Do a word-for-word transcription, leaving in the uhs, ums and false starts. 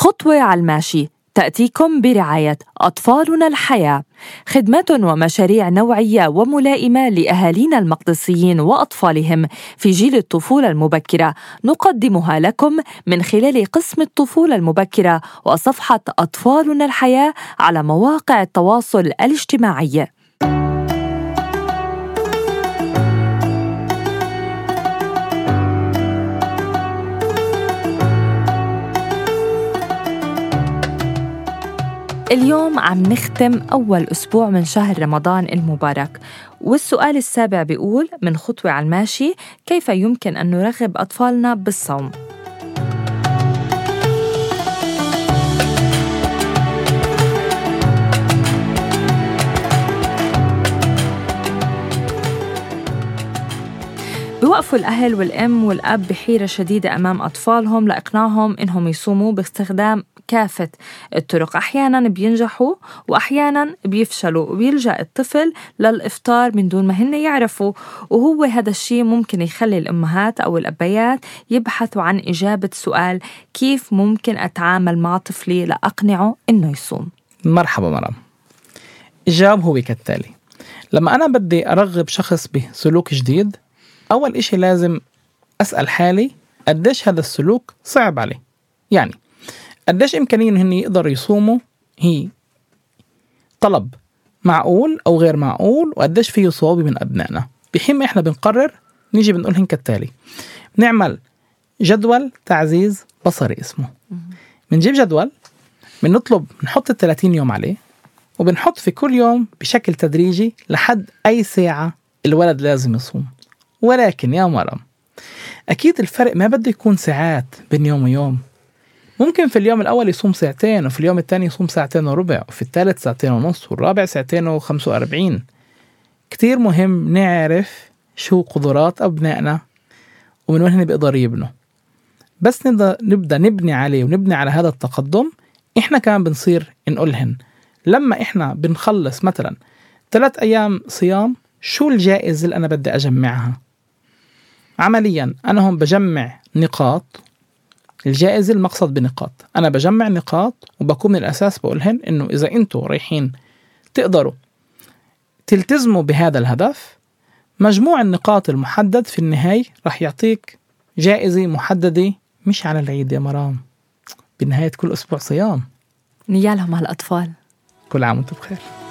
خطوة على الماشي تأتيكم برعاية أطفالنا الحياة، خدمات ومشاريع نوعية وملائمة لأهالينا المقدسيين وأطفالهم في جيل الطفولة المبكرة، نقدمها لكم من خلال قسم الطفولة المبكرة وصفحة أطفالنا الحياة على مواقع التواصل الاجتماعي. اليوم عم نختم أول أسبوع من شهر رمضان المبارك، والسؤال السابع بيقول: من خطوة على الماشي كيف يمكن أن نرغب أطفالنا بالصوم؟ بوقفوا الأهل والأم والأب بحيرة شديدة أمام أطفالهم لإقناعهم إنهم يصوموا باستخدام كافة الطرق. أحياناً بينجحوا وأحياناً بيفشلوا، وبيلجأ الطفل للإفطار من دون ما هن يعرفوا، وهو هذا الشيء ممكن يخلي الأمهات أو الأبيات يبحثوا عن إجابة سؤال: كيف ممكن أتعامل مع طفلي لأقنعه إنه يصوم؟ مرحبا مرام. الجواب هو كالتالي: لما أنا بدي أرغب شخص بسلوك جديد، أول إشي لازم أسأل حالي قديش هذا السلوك صعب عليه. يعني قديش إمكانية إنه يقدروا يصوموا هي طلب معقول أو غير معقول، وقديش فيه صعوبة من أبنائنا. بحين ما إحنا بنقرر نيجي بنقولهن كالتالي: نعمل جدول تعزيز بصري اسمه. بنجيب جدول، بنطلب نحط الثلاثين يوم عليه، وبنحط في كل يوم بشكل تدريجي لحد أي ساعة الولد لازم يصوم. ولكن يا مرام، أكيد الفرق ما بده يكون ساعات بين يوم ويوم. ممكن في اليوم الأول يصوم ساعتين، وفي اليوم الثاني يصوم ساعتين وربع، وفي الثالث ساعتين ونص، والرابع ساعتين وخمسة وأربعين. كتير مهم نعرف شو قدرات أبنائنا ومن وين هن بيقدروا يبنوا. بس نبدأ, نبدأ نبني عليه ونبني على هذا التقدم. إحنا كمان بنصير نقولهن لما إحنا بنخلص مثلا ثلاث أيام صيام، شو الجائزة اللي أنا بدي أجمعها عمليا. أنا هم بجمع نقاط الجائزة، المقصد بنقاط أنا بجمع نقاط، وبكون من الأساس بقولهن إنه إذا أنتوا رايحين تقدروا تلتزموا بهذا الهدف، مجموع النقاط المحدد في النهاية رح يعطيك جائزة محددة، مش على العيد يا مرام، بنهاية كل أسبوع صيام. نيالهم هالأطفال. كل عام وانتم بخير.